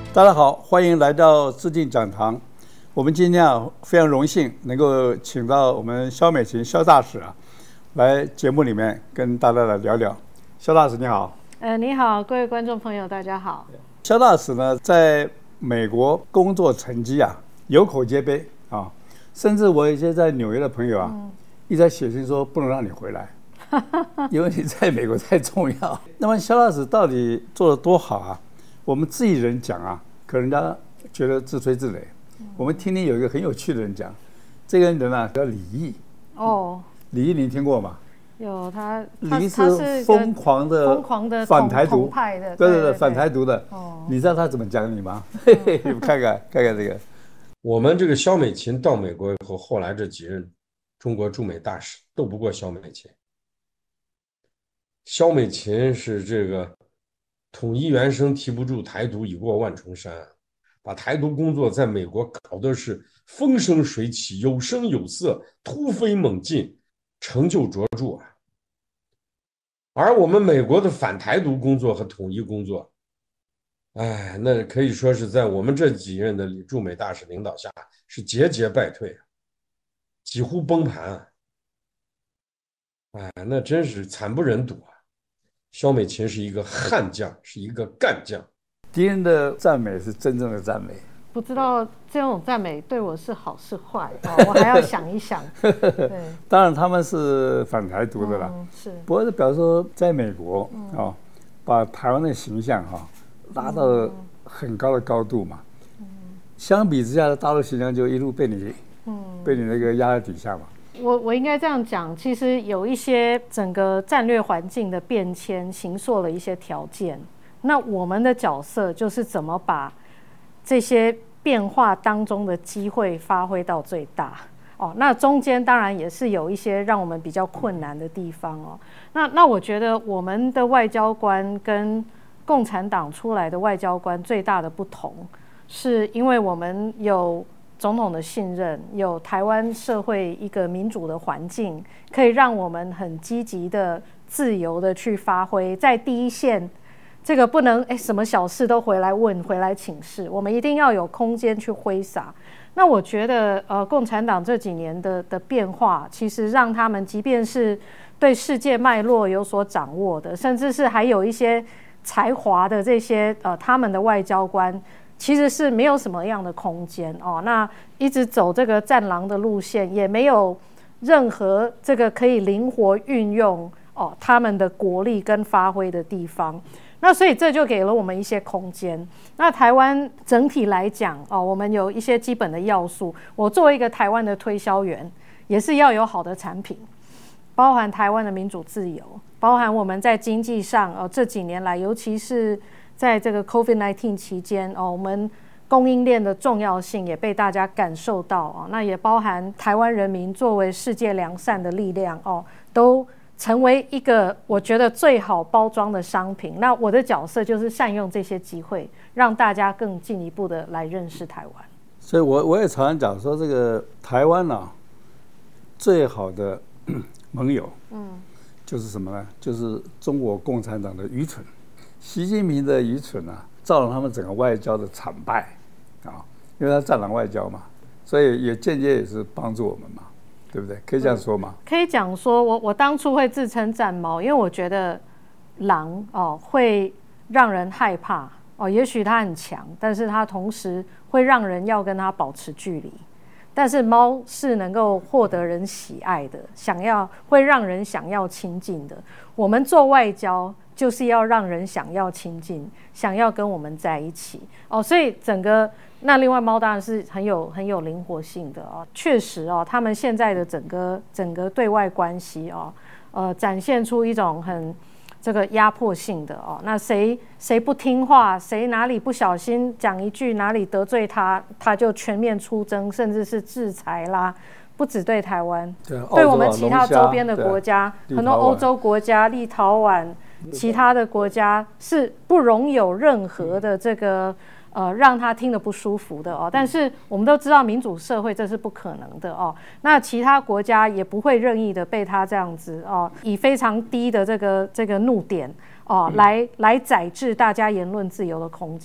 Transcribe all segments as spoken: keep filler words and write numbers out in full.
大家好，欢迎来到致敬讲堂。我们今天啊非常荣幸能够请到我们肖美琴肖大使啊来节目里面跟大家来聊聊。肖大使你好。 呃，你好，各位观众朋友，大家好。 肖大使呢，在美国工作成绩啊有口皆碑啊，甚至我有一些在纽约的朋友啊，嗯、一直在写信说不能让你回来，因为你在美国太重要。那么肖大使到底做得多好啊？我们自己人讲啊，可能人家觉得自吹自擂。嗯、我们听听有一个很有趣的人讲，这个人啊叫李毅。哦，李毅你听过吗？ 有他， 李毅是疯狂的疯狂的反台独派的， 对对对，反台独的。哦，你知道他怎么讲你吗？嘿嘿，你们看看看看这个。 我们这个肖美琴到美国以后，后来这几任中国驻美大使斗不过肖美琴。肖美琴是这个统一原声提不住台独，已过万重山，把台独工作在美国搞的是风生水起，有声有色，突飞猛进，成就卓著啊。而我们美国的反台独工作和统一工作，哎，那可以说是在我们这几任的驻美大使领导下是节节败退，几乎崩盘。哎，那真是惨不忍睹啊！肖美琴是一个悍将，是一个干将。 敌人的赞美是真正的赞美， 不知道这种赞美对我是好是坏、哦、我还要想一想。对， 当然他们是反台独的啦，嗯、是。不过表示说，在美国、嗯哦、把台湾的形象哈、哦、拉到很高的高度嘛。嗯、相比之下，大陆形象就一路被你，嗯、被你那个压在底下嘛。 我我应该这样讲，其实有一些整个战略环境的变迁，形塑了一些条件。那我们的角色就是怎么把这些变化当中的机会发挥到最大哦。那中间当然也是有一些让我们比较困难的地方哦。那那我觉得我们的外交官跟共产党出来的外交官最大的不同，是因为我们有总统的信任，有台湾社会一个民主的环境，可以让我们很积极的、自由的去发挥，在第一线。这个不能哎，什么小事都回来问、回来请示，我们一定要有空间去挥洒。那我觉得，呃，共产党这几年的的变化，其实让他们即便是对世界脉络有所掌握的，甚至是还有一些才华的这些呃他们的外交官，其实是没有什么样的空间哦。那一直走这个战狼的路线，也没有任何这个可以灵活运用哦他们的国力跟发挥的地方。那所以这就给了我们一些空间。那台湾整体来讲哦，我们有一些基本的要素。我作为一个台湾的推销员，也是要有好的产品，包含台湾的民主自由，包含我们在经济上哦这几年来，尤其是在这个 COVID 十九 期间哦，我们供应链的重要性也被大家感受到哦。那也包含台湾人民作为世界良善的力量哦，都成为一个我觉得最好包装的商品。那我的角色就是善用这些机会，让大家更进一步的来认识台湾。 所以我我也常常讲说，这个台湾啊，最好的盟友，嗯，就是什么呢？就是中国共产党的愚蠢，习近平的愚蠢啊，造成他们整个外交的惨败啊，因为他战狼外交嘛，所以也间接也是帮助我们嘛。对不对？可以这样说吗？ 可以讲说，我我当初会自称战猫，因为我觉得狼哦会让人害怕哦，也许它很强，但是它同时会让人要跟它保持距离。但是猫是能够获得人喜爱的，想要会让人想要亲近的。我们做外交就是要让人想要亲近，想要跟我们在一起哦，所以整个。那另外猫当然是很有很有灵活性的哦，确实哦，他们现在的整个整个对外关系哦，呃，展现出一种很这个压迫性的哦。那谁谁不听话，谁哪里不小心讲一句哪里得罪他，他就全面出征，甚至是制裁啦。不只对台湾，对，对我们其他周边的国家，很多欧洲国家、立陶宛、其他的国家是不容有任何的这个。呃，让他听得不舒服的哦，但是我们都知道民主社会这是不可能的哦。那其他国家也不会任意的被他这样子哦，以非常低的这个这个怒点哦，来来宰制大家言论自由的空间。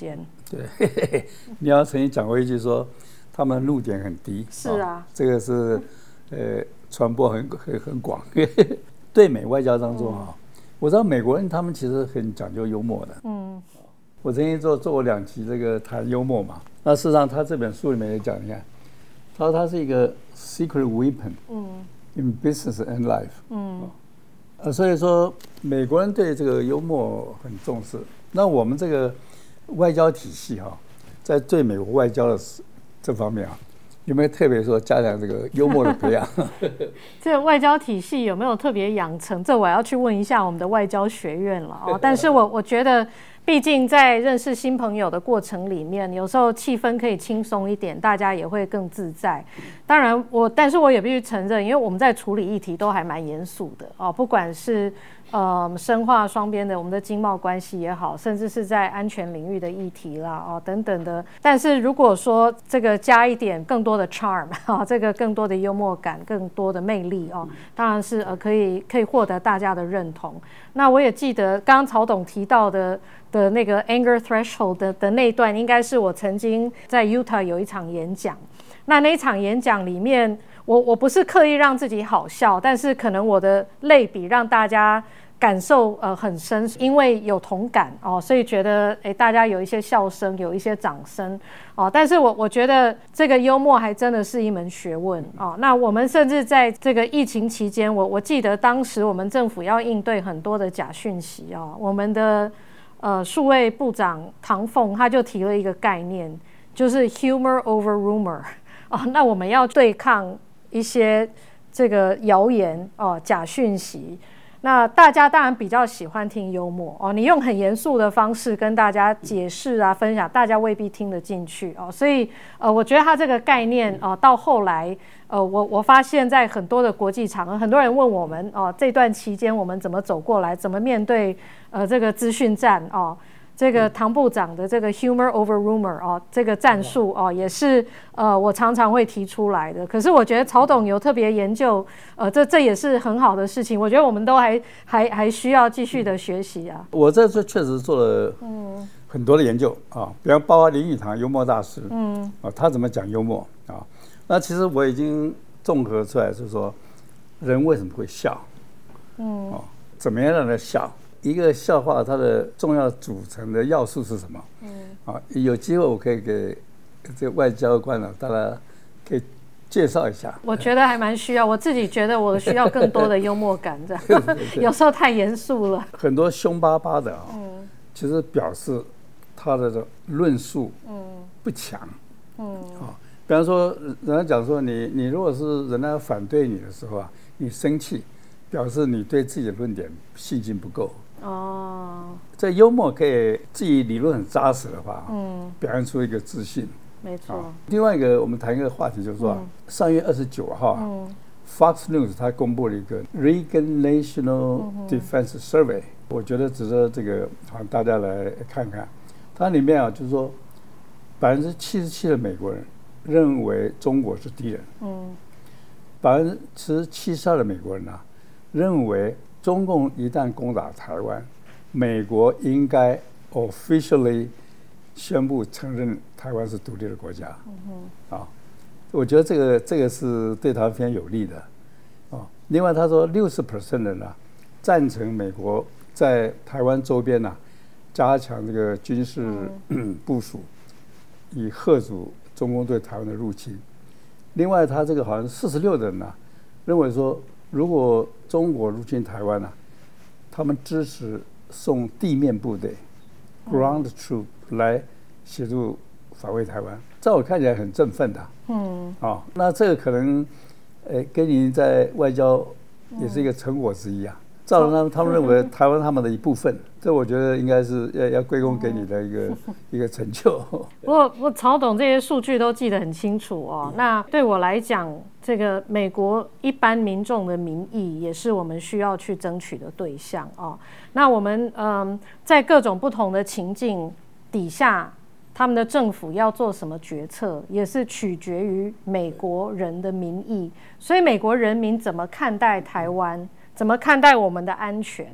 对，你要曾经讲过一句说，他们的露点很低。 是啊， 哦、这个是呃传播很很很广。对美外交当中啊、嗯，我知道美国人他们其实很讲究幽默的。嗯，我曾经做做过两期这个谈幽默嘛。那事实上他这本书里面也讲，你看，他说他是一个 secret weapon。嗯。In business and life。嗯。呃，所以说美国人对这个幽默很重视。那我们这个外交体系哈、啊，在对美国外交的这方面啊，有没有特别说加强这个幽默的培养？ 这个外交体系有没有特别养成？这我要去问一下我们的外交学院了哦。但是我我觉得，毕竟在认识新朋友的过程里面，有时候气氛可以轻松一点，大家也会更自在。当然我，但是我也必须承认，因为我们在处理议题都还蛮严肃的哦，不管是呃深化双边的我们的经贸关系也好，甚至是在安全领域的议题啦哦等等的。但是如果说这个加一点更多的 charm 啊、哦，这个更多的幽默感，更多的魅力哦，当然是呃可以可以获得大家的认同。那我也记得刚刚曹董提到的。的那个 anger threshold 的, 的那一段，应该是我曾经在 Utah 有一场演讲。那那一场演讲里面，我我不是刻意让自己好笑，但是可能我的类比让大家感受呃很深，因为有同感哦，所以觉得哎大家有一些笑声，有一些掌声哦。但是我我觉得这个幽默还真的是一门学问哦。那我们甚至在这个疫情期间，我我记得当时我们政府要应对很多的假讯息哦，我们的。呃，数位部长唐凤他就提了一个概念，就是 humor over rumor 哦。那我们要对抗一些这个谣言哦、假讯息。那大家当然比较喜欢听幽默哦，你用很严肃的方式跟大家解释啊、分享，大家未必听得进去哦。所以呃，我觉得他这个概念哦，到后来呃，我我发现在很多的国际场合，很多人问我们哦，这段期间我们怎么走过来，怎么面对呃这个资讯战哦。这个唐部长的这个 humor over rumor 哦，这个战术哦，也是呃我常常会提出来的。可是我觉得曹董有特别研究，呃，这这也是很好的事情。我觉得我们都还还还需要继续的学习啊。 我这次确实做了很多的研究啊，比方包括林语堂幽默大师，嗯，啊，他怎么讲幽默啊？那其实我已经综合出来，是说人为什么会笑，嗯，哦，怎么样让人笑？一个笑话它的重要组成的要素是什么？嗯，啊，有机会我可以给这个外交官呢，大家可以介绍一下。 我觉得还蛮需要，我自己觉得我需要更多的幽默感，这样有时候太严肃了。 很多凶巴巴的啊，嗯，其实表示他的论述嗯不强，嗯啊，比方说人家讲说你你如果是人家反对你的时候啊，你生气，表示你对自己的论点信心不够。哦，这幽默可以自己理论很扎实的话，嗯，表现出一个自信， 没错。 啊、另外一个，我们谈一个话题，就是说，嗯、上月二十九号、嗯、，Fox News 它公布了一个 Reagan National Defense Survey，、嗯、我觉得值得这个好大家来看看。它里面啊，就是说，百分之七十七的美国人认为中国是敌人，嗯，百分之七十二的美国人啊，认为。中共一旦攻打台湾，美国应该 officially 宣布承认台湾是独立的国家。嗯哼，啊，我觉得这个这个是对台湾非常有利的。啊，另外他说六十 percent 的人呢赞成美国在台湾周边呢、啊、加强这个军事、嗯、部署，以嚇阻中共对台湾的入侵。另外他这个好像四十六的人呢、啊、认为说。如果中国入侵台湾呢、啊，他们支持送地面部队 （ground troop） 来协助防卫台湾，在我看起来很振奋的。嗯，啊、哦，那这个可能，呃，跟您在外交也是一个成果之一啊。照着他们，他们认为台湾他们的一部分，这我觉得应该是要要归功给你的一个一个成就。 不过，我曹董这些数据都记得很清楚哦。那对我来讲，这个美国一般民众的民意也是我们需要去争取的对象哦。那我们嗯，在各种不同的情境底下，他们的政府要做什么决策，也是取决于美国人的民意。所以，美国人民怎么看待台湾？怎么看待我们的安全？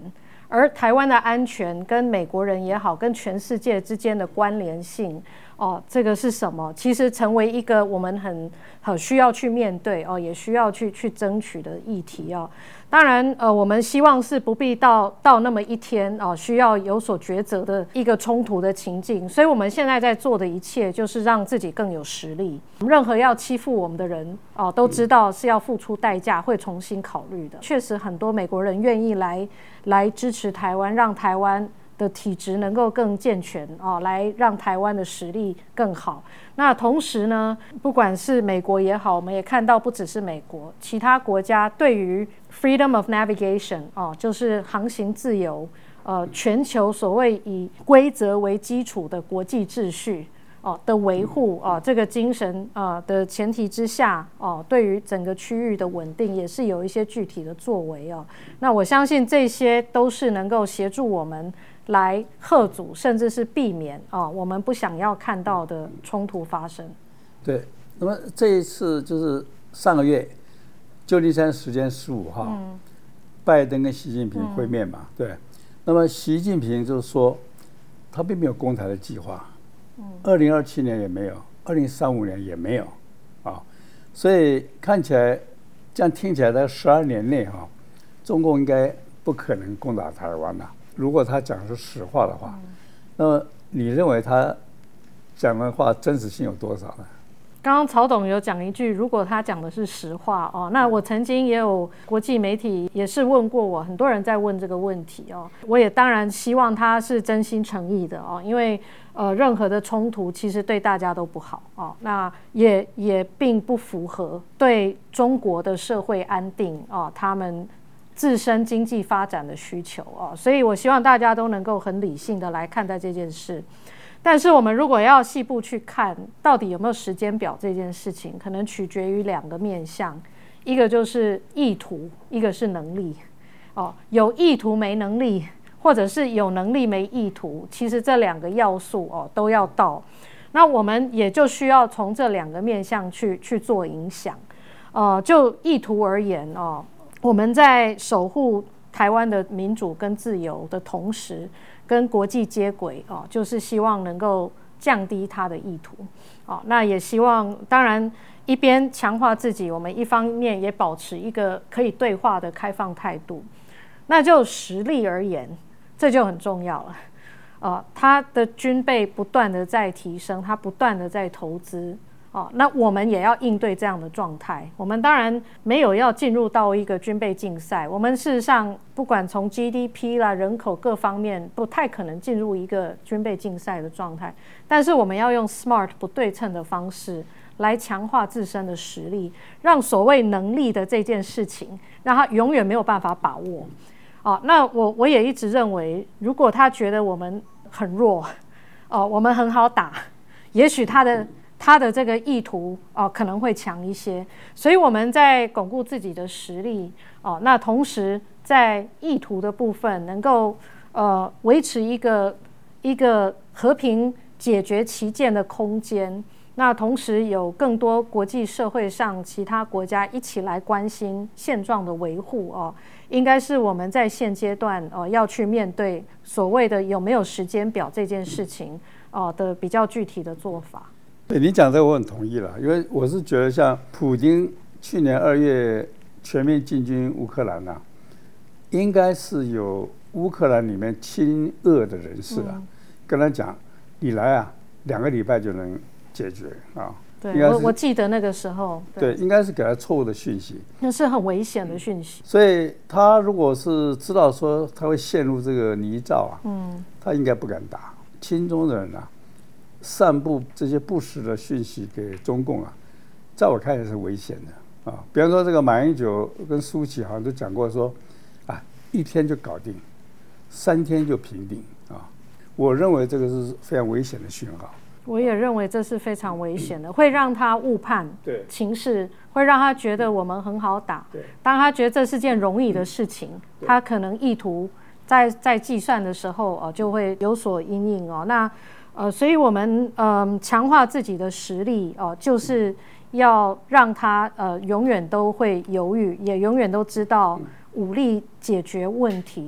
而台湾的安全跟美国人也好，跟全世界之间的关联性哦，这个是什么？其实成为一个我们很很需要去面对哦，也需要去去争取的议题哦。当然，呃，我们希望是不必到到那么一天哦，需要有所抉择的一个冲突的情境。所以，我们现在在做的一切，就是让自己更有实力。任何要欺负我们的人哦，都知道是要付出代价，会重新考虑的。确实，很多美国人愿意来来支持台湾，让台湾的体质能够更健全哦，来让台湾的实力更好。那同时呢，不管是美国也好，我们也看到不只是美国，其他国家对于 freedom of navigation 哦，就是航行自由，呃，全球所谓以规则为基础的国际秩序哦的维护哦，这个精神啊的前提之下哦，对于整个区域的稳定也是有一些具体的作为哦。那我相信这些都是能够协助我们来嚇阻，甚至是避免啊、哦、我们不想要看到的冲突发生。 对，那么这一次就是上个月旧金山时间十五号、嗯，拜登跟习近平会面嘛，嗯、对。那么习近平就是说，他并没有攻台的计划，二零二七年也没有，二零三五年也没有，啊，所以看起来这样听起来，在十二年内哈、啊，中共应该不可能攻打台湾了。如果他讲的是实话的话，嗯、那么你认为他讲的话真实性有多少呢？ 刚刚曹董有讲一句，如果他讲的是实话哦，那我曾经也有国际媒体也是问过我，很多人在问这个问题哦，我也当然希望他是真心诚意的哦，因为呃任何的冲突其实对大家都不好哦，那也也并不符合对中国的社会安定哦，他们自身经济发展的需求哦，所以我希望大家都能够很理性的来看待这件事。但是我们如果要细部去看，到底有没有时间表这件事情，可能取决于两个面向，一个就是意图，一个是能力。哦，有意图没能力，或者是有能力没意图，其实这两个要素哦都要到。那我们也就需要从这两个面向去去做影响。呃，就意图而言哦，我们在守护台湾的民主跟自由的同时，跟国际接轨哦，就是希望能够降低它的意图哦。那也希望，当然一边强化自己，我们一方面也保持一个可以对话的开放态度。那就实力而言，这就很重要了。呃，他的军备不断的在提升，他不断的在投资。哦，那我们也要应对这样的状态。我们当然没有要进入到一个军备竞赛，我们事实上不管从 G D P 啦、人口各方面，不太可能进入一个军备竞赛的状态。但是我们要用 smart 不对称的方式来强化自身的实力，让所谓能力的这件事情，让他永远没有办法把握。哦，那我我也一直认为，如果他觉得我们很弱，哦，我们很好打，也许他的。他的这个意图哦、呃、可能会强一些，所以我们在巩固自己的实力哦、呃，那同时在意图的部分能够呃维持一个一个和平解决旗舰的空间，那同时有更多国际社会上其他国家一起来关心现状的维护哦、呃，应该是我们在现阶段哦、呃、要去面对所谓的有没有时间表这件事情哦、呃、的比较具体的做法。 对你讲这个我很同意了，因为我是觉得像普丁去年二月全面进军乌克兰啊，应该是有乌克兰里面亲俄的人士啊，嗯、跟他讲，你来啊，两个礼拜就能解决啊。 对，我我记得那个时候， 对，对应该是给他错误的讯息， 那是很危险的讯息。 所以他如果是知道说他会陷入这个泥沼啊，嗯，他应该不敢打。亲中的人啊。散布这些不实的讯息给中共啊，在我看来是危险的啊。比方说，这个马英九跟苏起好像都讲过说，啊，一天就搞定，三天就平定啊。我认为这个是非常危险的讯号。 我也认为这是非常危险的，会让他误判情势，会让他觉得我们很好打。当他觉得这是件容易的事情，他可能意图在在计算的时候哦、呃，就会有所因应哦。那呃，所以我们呃强化自己的实力哦、呃，就是要让他呃永远都会犹豫，也永远都知道武力解决问题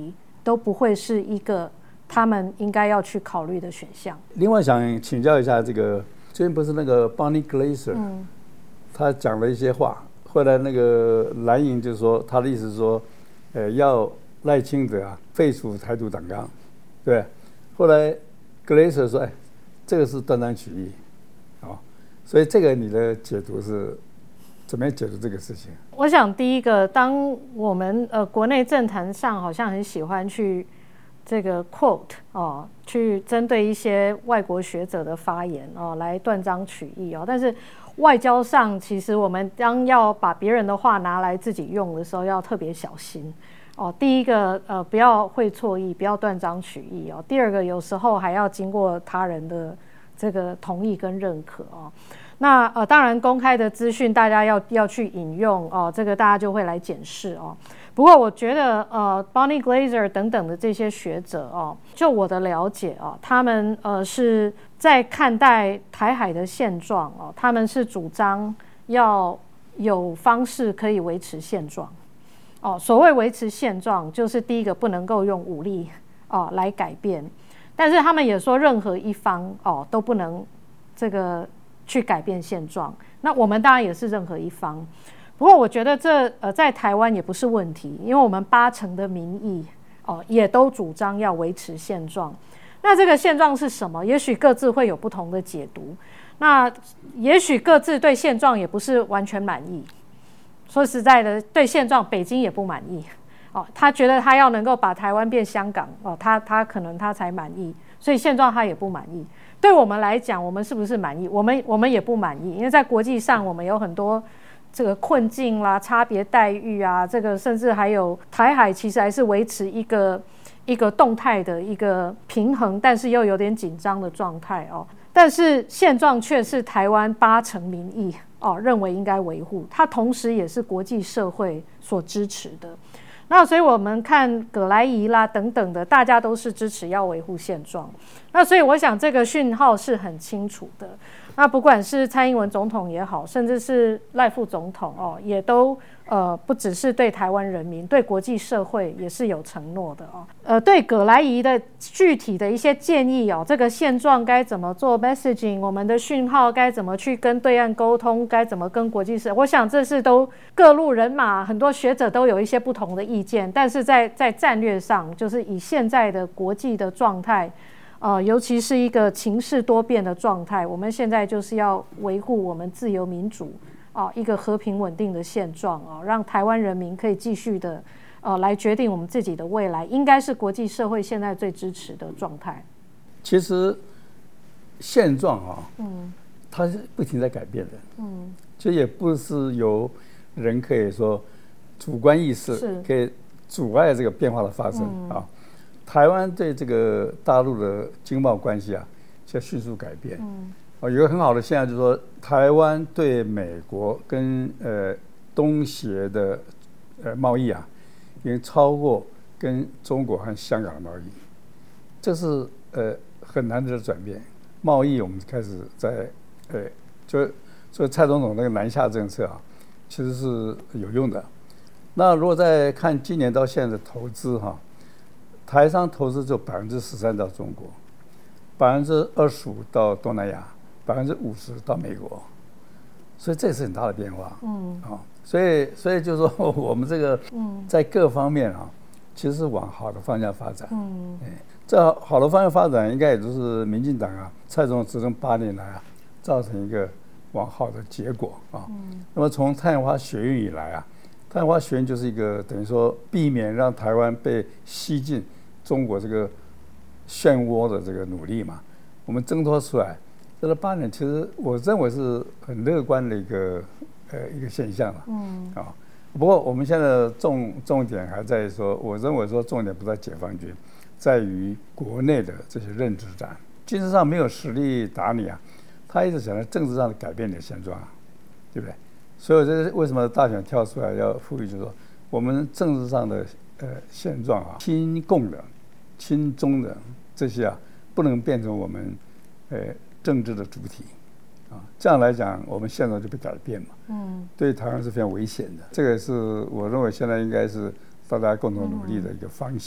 都不会是一个他们应该要去考虑的选项。 另外想请教一下，这个最近不是那个 Bonnie Glaser，、嗯、他讲了一些话，后来那个蓝营就说他的意思是说，呃，要赖清德啊废除台独党纲，对。后来 Glaser 说，哎，这个是断章取义，哦，所以这个你的解读是怎么样解读这个事情？ 我想第一个，当我们呃国内政坛上好像很喜欢去这个 quote 哦，去针对一些外国学者的发言哦来断章取义哦，但是外交上其实我们当要把别人的话拿来自己用的时候，要特别小心哦。第一个呃不要会错意，不要断章取义哦。第二个有时候还要经过他人的这个同意跟认可哦。那呃，当然公开的资讯大家要要去引用哦，这个大家就会来检视哦。不过我觉得呃 ，Bonnie Glaser 等等的这些学者哦，就我的了解哦，他们呃是在看待台海的现状哦，他们是主张要有方式可以维持现状哦。所谓维持现状，就是第一个不能够用武力哦来改变，但是他们也说任何一方哦都不能这个去改变现状。那我们当然也是任何一方。不过我觉得这呃在台湾也不是问题，因为我们八成的民意哦也都主张要维持现状。那这个现状是什么？也许各自会有不同的解读。那也许各自对现状也不是完全满意。说实在的，对现状北京也不满意哦，他觉得他要能够把台湾变香港哦，他他可能他才满意，所以现状他也不满意。对我们来讲，我们是不是满意？我们我们也不满意，因为在国际上我们有很多这个困境啦、差别待遇啊，这个甚至还有台海其实还是维持一个一个动态的一个平衡，但是又有点紧张的状态哦。但是现状却是台湾八成民意哦认为应该维护，它同时也是国际社会所支持的。那所以我们看葛莱仪啦等等的，大家都是支持要维护现状。那所以我想这个讯号是很清楚的。那不管是蔡英文总统也好，甚至是赖副总统哦，也都呃不只是对台湾人民，对国际社会也是有承诺的哦。呃，对葛莱仪的具体的一些建议哦，这个现状该怎么做 messaging， 我们的讯号该怎么去跟对岸沟通，该怎么跟国际社会，我想这是都各路人马，很多学者都有一些不同的意见，但是在在战略上，就是以现在的国际的状态。呃，尤其是一个情势多变的状态，我们现在就是要维护我们自由民主啊、呃，一个和平稳定的现状啊、呃，让台湾人民可以继续的呃来决定我们自己的未来，应该是国际社会现在最支持的状态。 其实现状啊，嗯，它是不停在改变的，嗯，就也不是由人可以说主观意识可以阻碍这个变化的发生、嗯、啊。台湾对这个大陆的经贸关系啊，在迅速改变。嗯，哦，有一个很好的现象就是说，台湾对美国跟呃东协的呃贸易啊，已经超过跟中国和香港的贸易，这是呃很难得的转变。贸易我们开始在呃，就所以蔡总统那个南下政策啊，其实是有用的。那如果再看今年到现在的投资哈、啊。台商投资就百分之十三到中国，百分之二十五到东南亚，百分之五十到美国，所以这是很大的变化。嗯，啊、哦，所以所以就是说我们这个在各方面啊，其实是往好的方向发展。嗯，哎，这好的方向发展，应该也就是民进党啊，蔡总统执政八年来啊，造成一个往好的结果啊。嗯，那么从太阳花学运以来啊。太阳花学运就是一个等于说避免让台湾被吸进中国这个漩涡的这个努力嘛，我们挣脱出来，这八年其实我认为是很乐观的一个呃一个现象了。嗯啊，不过我们现在的重重点还在说，我认为说重点不在解放军，在于国内的这些认知战，军事上没有实力打你啊，他一直想在政治上的改变你的现状啊，对不对？所以这是为什么大选跳出来要呼吁，就是说我们政治上的呃现状啊，亲共的、亲中的这些啊，不能变成我们呃政治的主体啊。这样来讲，我们现状就被改变嘛。嗯，对台湾是非常危险的。这个是我认为现在应该是大家共同努力的一个方向。嗯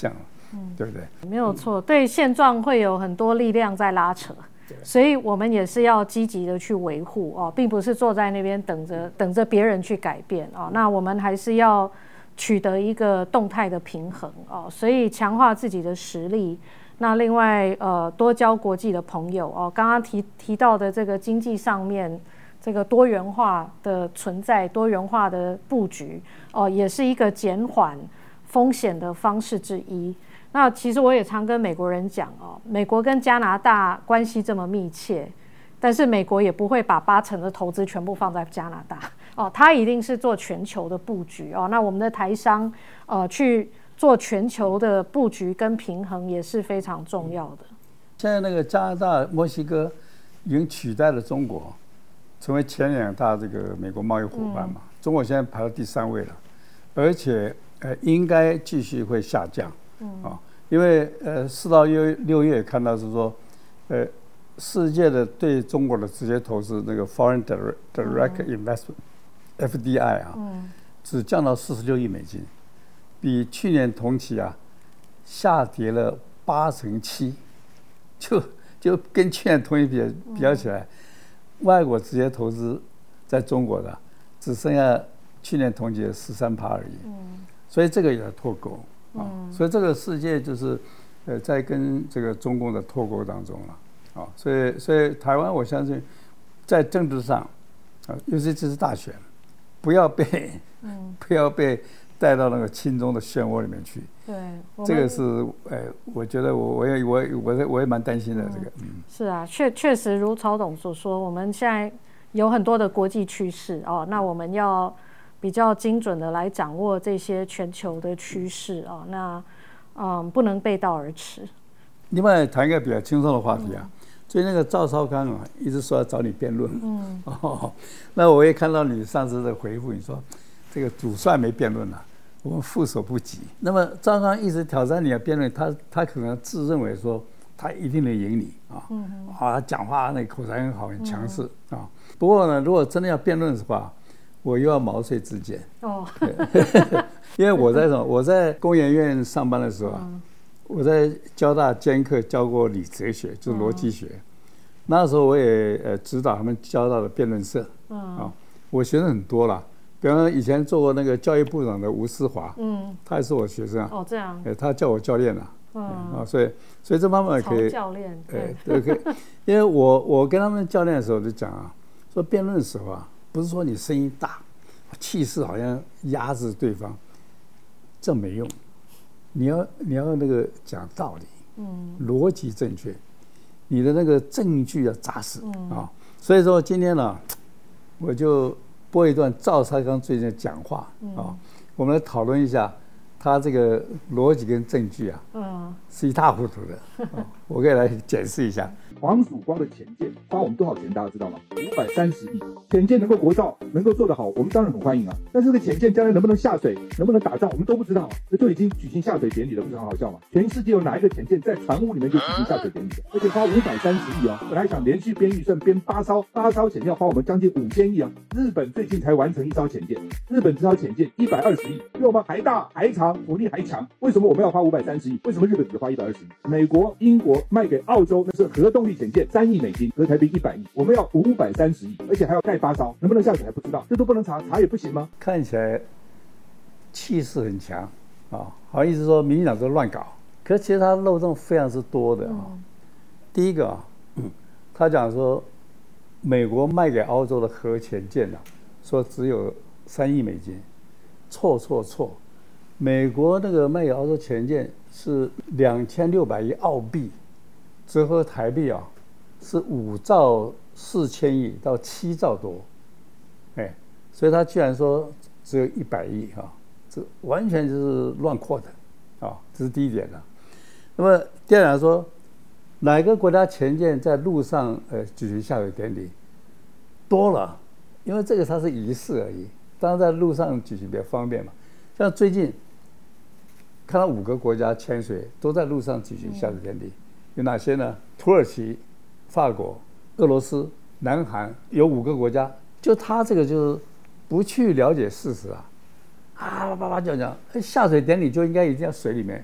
嗯，对不对？ 没有错，对现状会有很多力量在拉扯，所以我们也是要积极的去维护哦，并不是坐在那边等着等着别人去改变哦。那我们还是要取得一个动态的平衡哦，所以强化自己的实力。那另外呃，多交国际的朋友哦，刚刚提提到的这个经济上面。这个多元化的存在，多元化的布局哦，也是一个减缓风险的方式之一。那其实我也常跟美国人讲哦，美国跟加拿大关系这么密切，但是美国也不会把八成的投资全部放在加拿大哦，它一定是做全球的布局哦。那我们的台商呃去做全球的布局跟平衡也是非常重要的。 现在那个加拿大、墨西哥已经取代了中国。成为前两大这个美国贸易伙伴嘛，嗯、中国现在排到第三位了，而且呃应该继续会下降，嗯啊，因为呃四到六六月看到是说，呃世界的对中国的直接投资那个 Foreign Direct Direct Investment、嗯、F D I 啊，嗯、只降到四十六亿美金，比去年同期啊下跌了八成七，就就跟去年同期比比较起来。嗯外国直接投资在中国的只剩下去年同期的十三趴而已，嗯，所以这个也要脱钩啊，嗯、所以这个世界就是呃在跟这个中共的脱钩当中了啊，所以所以台湾我相信在政治上啊，尤其这次大选，不要被、嗯、不要被带到那个亲中的漩涡里面去。 对， 这个是，呃，我觉得我我也我也我也我也蛮担心的、嗯、这个。嗯， 是啊，确确实如曹董所说，我们现在有很多的国际趋势哦，那我们要比较精准的来掌握这些全球的趋势哦，那嗯不能背道而驰。 另外谈一个比较轻松的话题啊，嗯、所以那个赵少康啊，一直说要找你辩论。嗯，哦，那我也看到你上次的回复，你说这个主帅没辩论了。我们副手不及。那么赵刚一直挑战你的辩论，他他可能自认为说他一定能赢你啊，嗯、啊，讲话那口才很好，很强势、嗯、啊。不过呢，如果真的要辩论的话，我又要毛遂自荐哦。因为我在什么？我在工研院上班的时候啊，嗯、我在交大兼课教过理哲学，就是逻辑学。嗯、那时候我也呃指导他们交大的辩论社，嗯、啊，我学生很多了。比方说以前做过那个教育部长的吴思华，嗯，他也是我学生啊。 哦，这样。 哎，他叫我教练啊。嗯。啊，所以所以这方面可以。 教练。 对对可以，因为我我跟他们教练的时候就讲啊，说辩论的时候啊，不是说你声音大，气势好像压制对方，这没用。你要你要那个讲道理，嗯，逻辑正确，你的那个证据要扎实、嗯、啊。所以说今天呢，我就。播一段赵少康最近的讲话、嗯、啊，我们来讨论一下他这个逻辑跟证据啊，嗯，是一塌糊涂的、啊。我可以来解释一下。 黄曙光的潜舰花我们多少钱？大家知道吗？五百三十亿。潜舰能够国造，能够做得好，我们当然很欢迎啊。但是这个潜舰将来能不能下水，能不能打仗，我们都不知道、啊。这就已经举行下水典礼了，不是很好笑吗？全世界有哪一个潜舰在船坞里面就举行下水典礼的？而且花五百三十亿哦。本来想连续编预算编八艘，八艘潜舰要花我们将近五千亿啊。日本最近才完成一艘潜舰，日本这艘潜舰一百二十亿，比我们还大还长，火力还强。为什么我们要花五百三十亿？为什么日本只花一百二十亿？美国、英国卖给澳洲那是核动力潜舰，三亿美金，合台币一百亿，我们要五百三十亿，而且还要盖八艘，能不能下水还不知道，这都不能查，查也不行吗？ 看起来气势很强啊，好像意思说民进党都乱搞，可是其实他漏洞非常之多的啊。嗯、第一个啊、嗯，他讲说美国卖给澳洲的核潜舰啊，说只有三亿美金，错错错，美国那个卖给澳洲潜舰是两千六百亿澳币，折合台币啊是五兆四千亿到七兆多，哎，所以他居然说只有一百亿哈、啊，这完全就是乱扩的啊，这是第一点了。那么第二点说，哪个国家潜舰在陆上呃举行下水典礼多了？因为这个它是仪式而已，当然在陆上举行比较方便嘛。像最近看到五个国家潜水都在陆上举行下水典礼，有哪些呢？土耳其、法国、俄罗斯、南韩，有五个国家。就他这个就是不去了解事实啊，啊叭叭叭讲讲，下水典礼就应该一定要水里面，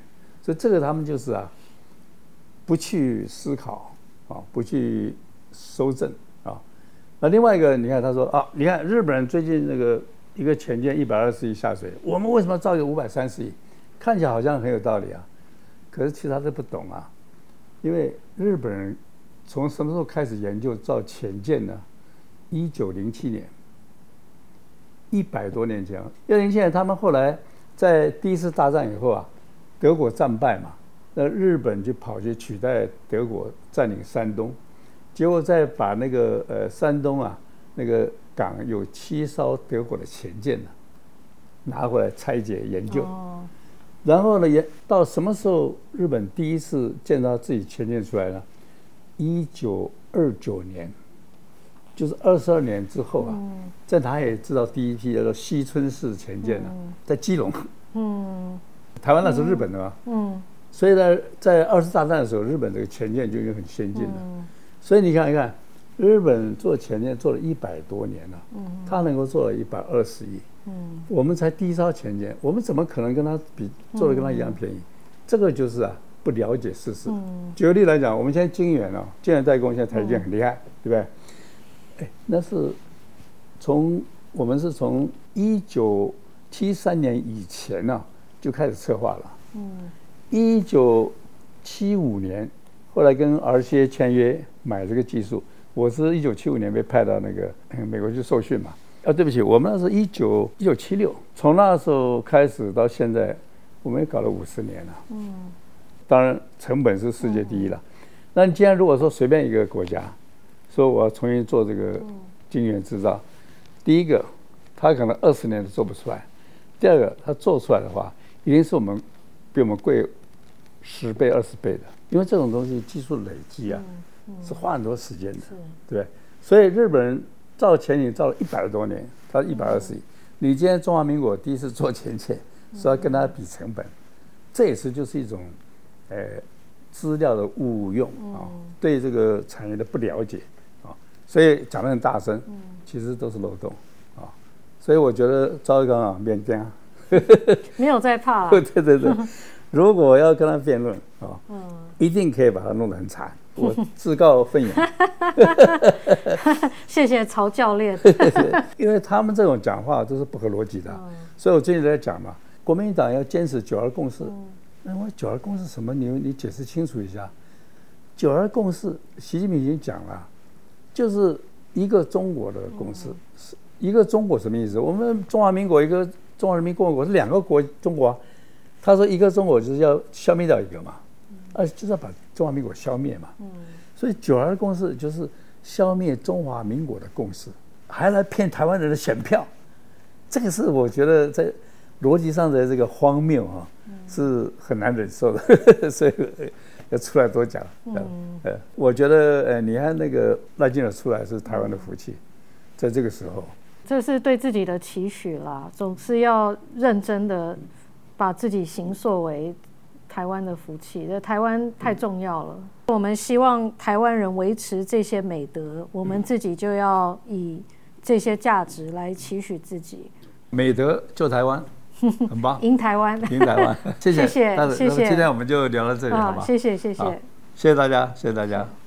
所以这个他们就是啊，不去思考啊，不去搜证啊。那另外一个，你看他说啊，你看日本人最近那个一个潜舰一百二十亿下水，我们为什么造一个五百三十亿？看起来好像很有道理啊，可是其实他都不懂啊，因为日本人从什么时候开始研究造潜舰呢？一九零七年，一百多年前。一九零七年，他们后来在第一次大战以后啊，德国战败嘛，那日本就跑去取代德国占领山东，结果再把那个呃山东啊那个港有七艘德国的潜舰呢、啊，拿回来拆解研究。哦，然后呢，也到什么时候日本第一次见到自己潜舰出来呢？一九二九年。就是二十二年之后啊，嗯、在哪里知道第一批叫做西村式潜舰呢、啊？嗯、在基隆，嗯，台湾那是日本的嘛，嗯，所以呢，在二次大战的时候，日本这个潜舰就已经很先进了。嗯、所以你看一看，日本做潜舰做了一百多年了，嗯，他能够做了一百二十亿，嗯，我们才第一艘潜舰，我们怎么可能跟他比做的跟他一样便宜？嗯、这个就是啊，不了解事实。嗯、举个例来讲，我们现在晶圆啊，晶圆代工现在台积电很厉害，嗯、对不对？哎，那是从我们是从一九七三年以前呢、啊、就开始策划了。嗯，一九七五年后来跟 R C A 签约买这个技术，我是一九七五年被派到那个、嗯、美国去受训嘛。啊，对不起，我们那是一九一九七六，从那时候开始到现在，我们也搞了五十年了。嗯，当然成本是世界第一了。嗯、那既然如果说随便一个国家。说我要重新做这个晶圆制造，第一个，他可能二十年都做不出来；第二个，他做出来的话，一定是我们比我们贵十倍、二十倍的，因为这种东西技术累积啊，是花很多时间的，对。所以日本人造潜艇造了一百多年，他一百二十亿。你今天中华民国第一次做潜艇，说要跟他比成本，这也是就是一种，呃，资料的误用啊，对这个产业的不了解。所以讲得很大声，其实都是漏洞啊。所以我觉得赵一刚啊，缅甸啊， 没有在怕、啊。 对对对，如果要跟他辩论啊，嗯、一定可以把他弄得很惨。我自告奋勇。 谢谢曹教练。 因为他们这种讲话都是不合逻辑的，嗯、所以我最近在讲嘛，国民党要坚持九二共识。嗯、那我九二共识什么？你你解释清楚一下。九二共识，习近平已经讲了。就是一个中国的共识，是一个中国什么意思？我们中华民国一个中华人民共和国是两个国中国、啊，他说一个中国就是要消灭掉一个嘛，呃、啊，就是要把中华民国消灭嘛。所以九二共识就是消灭中华民国的共识，还来骗台湾人的选票，这个是我觉得在逻辑上的这个荒谬啊，是很难忍受的，所以。要出来多讲，嗯，呃，我觉得，呃，你看那个赖清德出来是台湾的福气，在这个时候， 这是对自己的期许啦，总是要认真的把自己形塑为台湾的福气，这台湾太重要了。嗯、我们希望台湾人维持这些美德，我们自己就要以这些价值来期许自己。 美德救台湾。很棒， 赢台湾， 赢台湾，谢谢， 谢谢，谢谢。 今天我们就聊到这里，好吧？ 谢谢，谢谢， 谢谢大家，谢谢大家。